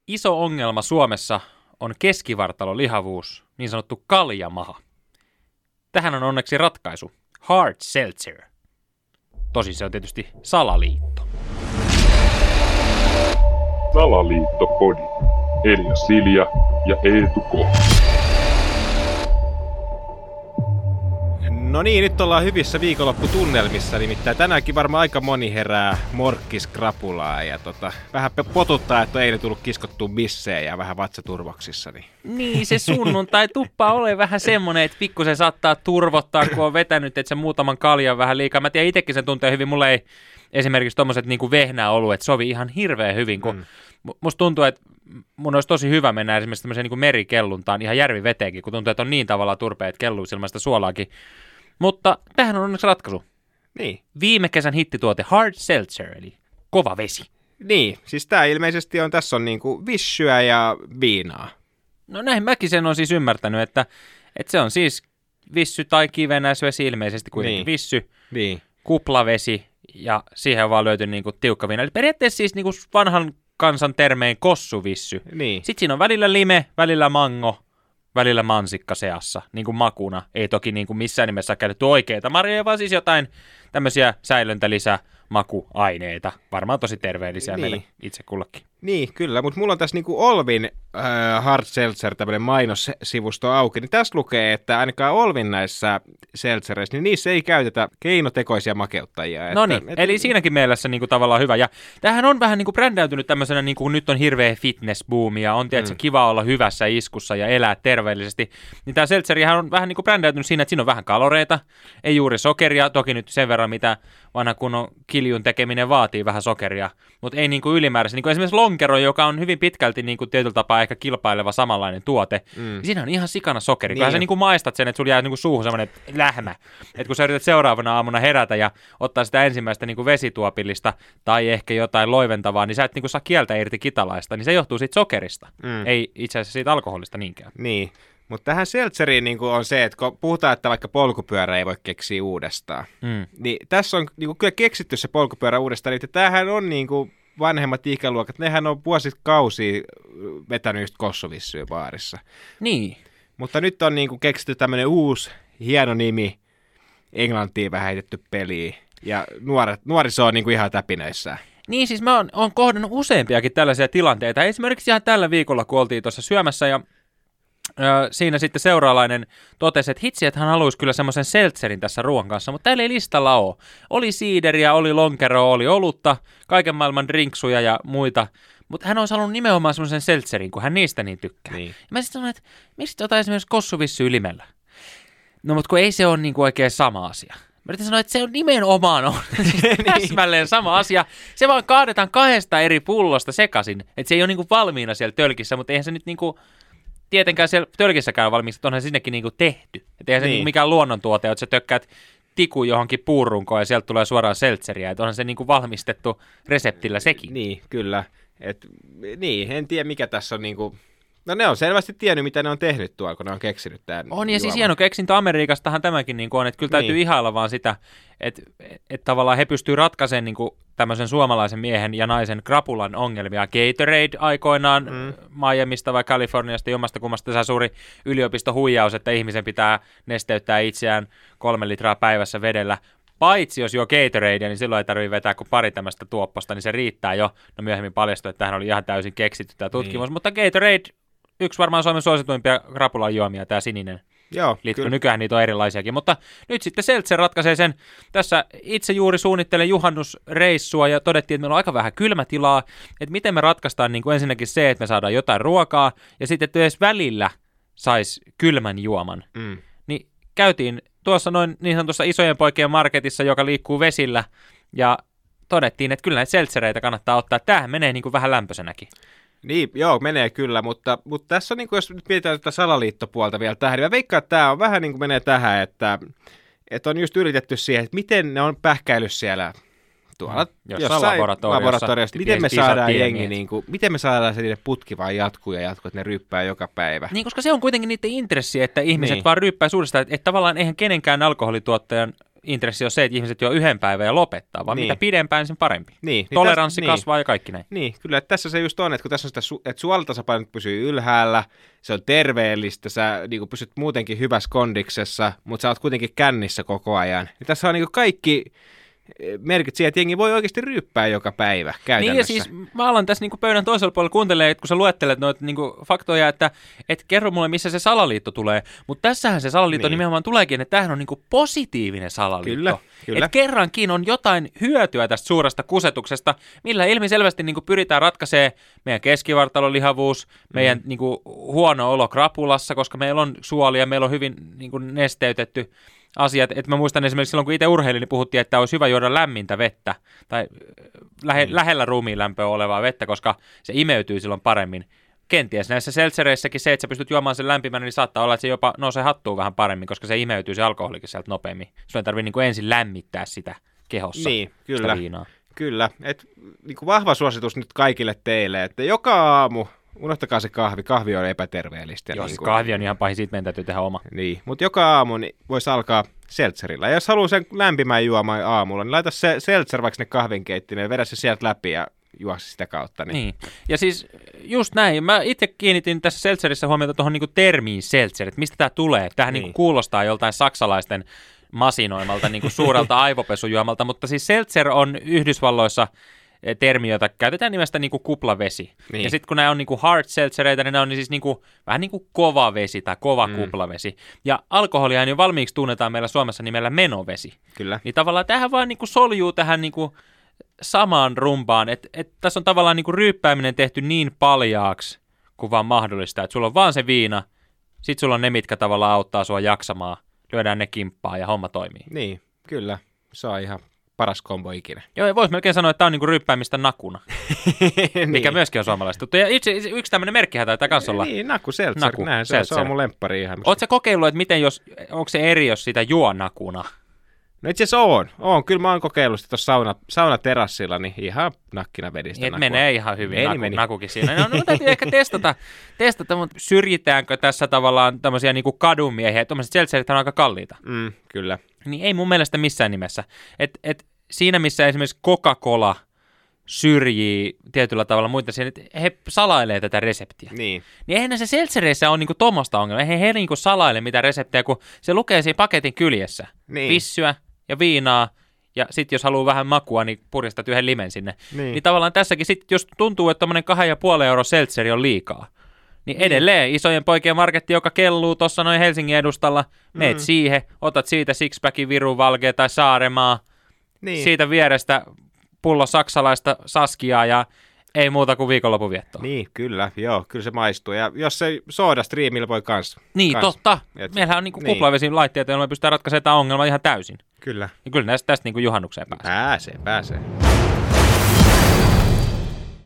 Iso ongelma Suomessa on keskivartalolihavuus, niin sanottu kaljamaha. Tähän on onneksi ratkaisu. Hard seltzer. Tosin se on tietysti salaliitto. Salaliittopodi. Elia Silja ja Eetu K. No niin, nyt ollaan hyvissä viikonlopputunnelmissa, nimittäin tänäänkin varmaan aika moni herää morkkiskrapulaa ja vähän potuttaa, että ei tullut kiskottua bissejä ja vähän vatsaturvoksissa. Niin, se sunnuntai tuppaa ole vähän semmonen, että pikkusen saattaa turvottaa, kun on vetänyt, että se muutaman kaljan vähän liikaa. Mä tiedän itsekin sen tuntee hyvin, mulla ei esimerkiksi tommoset niinku vehnäoluet sovi ihan hirveän hyvin, kun musta tuntuu, että mun olisi tosi hyvä mennä esimerkiksi tämmöiseen niinku merikelluntaan ihan järviveteenkin, kun tuntuu, että on niin tavalla turpea, että kelluu ilmaista suolaakin. Mutta tähän on onneksi ratkaisu. Niin. Viime kesän hittituote Hard Seltzer, eli kova vesi. Niin, siis tää ilmeisesti on, tässä on niinku vissyä ja viinaa. No näin mäkin sen on siis ymmärtänyt, että se on siis vissy tai kivenäisvesi ilmeisesti kuitenkin vissy, kuplavesi ja siihen on vaan löyty niinku tiukka viina. Eli periaatteessa siis niinku vanhan kansan termein kossuvissy. Niin. Sitten siinä on välillä lime, välillä mango, välillä mansikka seassa, niin kuin makuna. Ei toki niin kuin missään nimessä ole käytetty oikeita marjoja, vaan siis jotain tämmöisiä säilöntälisämakuaineita. Varmaan tosi terveellisiä meille itse kullakin. Niin, kyllä, mutta mulla on tässä niinku Olvin Hard Seltzer, tämmöinen mainossivusto auki, niin tässä lukee, että ainakaan Olvin näissä seltzereissä, niin niissä ei käytetä keinotekoisia makeuttajia. No niin, eli siinäkin mielessä niinku tavallaan hyvä. Ja tämähän on vähän niinku brändäytynyt tämmöisenä, niinku kun nyt on hirveä fitness-boomi ja on tietysti kiva olla hyvässä iskussa ja elää terveellisesti. Niin tämä seltzerihän on vähän niinku brändäytynyt siinä, että siinä on vähän kaloreita, ei juuri sokeria, toki nyt sen verran, mitä vanha kunnon kiljun tekeminen vaatii vähän sokeria, mutta ei niinku ylimääräisesti. Niinku esimerkiksi lonkero, joka on hyvin pitkälti niinku tietyllä tapaa ehkä kilpaileva samanlainen tuote, niin siinä on ihan sikana sokeri. Niin. Kyllähän sä niinku maistat sen, että sulla jää niinku suuhun semmoinen lähmä. Että kun sä yrität seuraavana aamuna herätä ja ottaa sitä ensimmäistä niinku vesituopillista tai ehkä jotain loiventavaa, niin sä et niinku saa kieltä irti kitalaista, niin se johtuu siitä sokerista. Ei itse asiassa siitä alkoholista niinkään. Niin. Mutta tähän seltzeriin niin on se, että kun puhutaan, että vaikka polkupyörä ei voi keksiä uudestaan, niin tässä on niin kyllä keksitty se polkupyörä uudestaan, niin tämähän on niin kuin vanhemmat ikäluokat, nehän on vuosikausia vetänyt just kossuvissyä baarissa. Niin. Mutta nyt on niin kuin keksitty tämmöinen uusi, hieno nimi, Englantiin vähän heitetty peliin, ja nuoriso on niin kuin ihan täpinöissään. Niin, siis mä oon kohdannut useampiakin tällaisia tilanteita. Esimerkiksi ihan tällä viikolla, kun oltiin tuossa syömässä ja siinä sitten seuraalainen totesi, että hitsi, että hän haluaisi kyllä semmoisen seltzerin tässä ruoan kanssa, mutta täällä ei listalla ole. Oli siideriä, oli lonkeroa, oli olutta, kaiken maailman drinksuja ja muita, mutta hän olisi halunnut nimenomaan semmoisen seltzerin, kun hän niistä niin tykkää. Niin. Ja mä sitten sanoin, että mistä jotain esimerkiksi kossuvissy limellä? No, mutta kun ei se ole niinku oikein sama asia. Mä yritän sanoa, että se on nimenomaan täsmälleen sama asia. Se vaan kaadetaan 2 eri pullosta sekaisin, että se ei ole niinku valmiina siellä tölkissä, mutta eihän se nyt niinku tietenkään siellä tölkissäkään valmiiksi, että onhan sinnekin niinku tehty. Että eihän se niinku mikään luonnontuote, että sä tökkäät tikun johonkin puurunkoon ja sieltä tulee suoraan seltseriä. Että onhan se niinku valmistettu reseptillä sekin. Niin, kyllä. Niin, en tiedä mikä tässä on niinku. No ne on selvästi tiennyt, mitä ne on tehnyt tuolla, kun ne on keksinyt tämän. On, ja siis hieno keksintö Amerikastahan tämäkin niin on, että kyllä täytyy ihailla vaan sitä, että tavallaan he pystyy ratkaisemaan niin tämmöisen suomalaisen miehen ja naisen krapulan ongelmia. Gatorade aikoinaan Miamista vai Kaliforniasta, jommasta kummasta se suuri yliopistohuijaus, että ihmisen pitää nesteyttää itseään 3 litraa päivässä vedellä. Paitsi jos juo Gatoradea, niin silloin ei tarvitse vetää kuin pari tämmöistä tuopposta, niin se riittää jo. No myöhemmin paljastui, että tähän oli ihan täysin keksitty tämä tutkimus, mutta Gatorade, yksi varmaan Suomen suosituimpia krapulan juomia, tämä sininen. Joo, liittyy. Nykyään niitä on erilaisiakin, mutta nyt sitten Seltzer ratkaisee sen. Tässä itse juuri suunnittelen juhannusreissua ja todettiin, että meillä on aika vähän kylmätilaa, että miten me ratkaistaan niin kuin ensinnäkin se, että me saadaan jotain ruokaa ja sitten, että edes välillä saisi kylmän juoman. Niin käytiin tuossa noin niin sanotussa isojen poikien marketissa, joka liikkuu vesillä ja todettiin, että kyllä näitä seltsereitä kannattaa ottaa. Tämähän menee niin kuin vähän lämpöisenäkin. Niin, joo, menee kyllä, mutta tässä on, niin kuin, jos nyt mietitään tätä salaliittopuolta vielä tähän, niin mä veikkaan, että tämä on vähän niin kuin menee tähän, että on just yritetty siihen, että miten ne on pähkäillyt siellä tuolla jossain laboratoriossa. Miten me saadaan jengi, niin kuin, miten me saadaan se niiden putki vaan jatkuu, että ne ryyppää joka päivä. Niin, koska se on kuitenkin niiden intressi, että ihmiset vaan ryyppää suuresta, että tavallaan eihän kenenkään alkoholituottajan intressi on se, että ihmiset juo yhden päivän ja lopettaa, vaan Niin. mitä pidempään, sen parempi. Niin. Toleranssi Niin. kasvaa ja kaikki näin. Niin, kyllä, että tässä se just on, että kun tässä on sitä, että suolatasapaino pysyy ylhäällä, se on terveellistä, sä niin kuin pysyt muutenkin hyvässä kondiksessa, mutta sä oot kuitenkin kännissä koko ajan. Ja tässä on niin kuin kaikki merkit siihen, että jengi voi oikeasti ryyppää joka päivä käytännössä. Niin ja siis mä alan tässä niinku pöydän toisella puolella kuuntelemaan, että kun sä luettelet noita niinku faktoja, että kerro mulle, missä se salaliitto tulee. Mutta tässähän se salaliitto nimenomaan tuleekin, että tämähän on niinku positiivinen salaliitto. Kyllä. Että kerrankin on jotain hyötyä tästä suuresta kusetuksesta, millä ilmiselvästi niinku pyritään ratkaisemaan meidän keskivartalolihavuus, meidän niinku huono olo krapulassa, koska meillä on suolia, meillä on hyvin niinku nesteytetty asiat, että mä muistan esimerkiksi silloin, kun itse urheilin, niin puhuttiin, että olisi hyvä juoda lämmintä vettä tai lähellä ruumiinlämpöä olevaa vettä, koska se imeytyy silloin paremmin. Kenties näissä seltsereissäkin se, että sä pystyt juomaan sen lämpimänä, niin saattaa olla, että se jopa nousee hattuun vähän paremmin, koska se imeytyy se alkoholikin sieltä nopeammin. Sun ei tarvitse niin kuin ensin lämmittää sitä kehossa, niin, kyllä. sitä viinaa. Kyllä, että niin kuin vahva suositus nyt kaikille teille, että joka aamu, unohtakaa se kahvi, kahvi on epäterveellistä. Joo, niin siis kuin, kahvi on ihan pahin, siitä meidän täytyy tehdä oma. Niin, mutta joka aamu niin voisi alkaa seltserillä. Ja jos haluaa sen lämpimän juomaan aamulla, niin laita se seltser vaikka sinne kahvinkeittiin ja vedä se sieltä läpi ja juoksi sitä kautta. Niin. Ja siis just näin. Mä itse kiinnitin tässä seltserissä huomiota tuohon niinku termiin seltser, että mistä tämä tulee. Tämähän niinku kuulostaa joltain saksalaisten masinoimalta, niinku suurelta aivopesujuomalta, mutta siis seltser on Yhdysvalloissa termi, jota käytetään nimestä niinku kuplavesi. Niin. Ja sitten kun nämä on niinku hard seltsereitä, niin ne on siis niinku, vähän niin kuin kova vesi tai kova kuplavesi. Ja alkoholia jo valmiiksi tunnetaan meillä Suomessa nimellä menovesi. Kyllä. Niin tavallaan tähän vaan niinku soljuu tähän niinku samaan rumpaan, että tässä on tavallaan niinku ryyppääminen tehty niin paljaaksi kuin vaan mahdollista, että sulla on vaan se viina, sit sulla on ne, mitkä tavallaan auttaa sua jaksamaan, lyödään ne kimppaa ja homma toimii. Niin, kyllä. Se on ihan paras kombo ikinä. Joo, voisi melkein sanoa, että tämä on niinku ryyppäämistä nakuna, mikä myöskin on suomalaista tuttu. Ja yksi tämmöinen merkkihän taitaa kanssa olla. Niin, naku seltser, Naku, näin, se seltser. on mun lemppari ihan. Oletko sä kokeillut, että miten onko se eri, jos sitä juo nakuna? No itse asiassa on. Kyllä mä oon kokeillut sitä tuossa saunaterassilla, niin ihan nakkina vedistä Niin, nakua. menee ihan hyvin Meni. nakukin siinä. No täytyy ehkä testata, mutta syrjitäänkö tässä tavallaan tämmöisiä niinku kadunmiehiä? Tuommoiset seltserit on aika kalliita. Kyllä. Niin ei mun mielestä missään nimessä. Et siinä, missä esimerkiksi Coca-Cola syrjii tietyllä tavalla muita siihen, että he salailee tätä reseptiä. Niin. Niin eihän se seltsereissä ole niinku tuommoista ongelmaa. Eihän he niinku salaile mitään reseptiä, kun se lukee siinä paketin kyljessä. Niin. Vissyä ja viinaa. Ja sitten jos haluaa vähän makua, niin puristat yhden limen sinne. Niin tavallaan tässäkin sitten, jos tuntuu, että tommonen 2,5 € seltseri on liikaa, niin edelleen isojen poikien marketti, joka kelluu tuossa noin Helsingin edustalla, meet siihen, otat siitä sixpackin Virun Valkea tai Saaremaa, siitä vierestä pullo saksalaista saskiaa ja ei muuta kuin viikonlopun viettoa. Niin, kyllä, joo, kyllä se maistuu. Ja jos se SodaStreamilla voi kans. Niin, totta. Meillähän on niinku kuplavesilaitteita, joilla me pystytään ratkaisemaan tämä ongelma ihan täysin. Kyllä. Ja kyllä tästä niinku juhannukseen pääsee. Pääsee.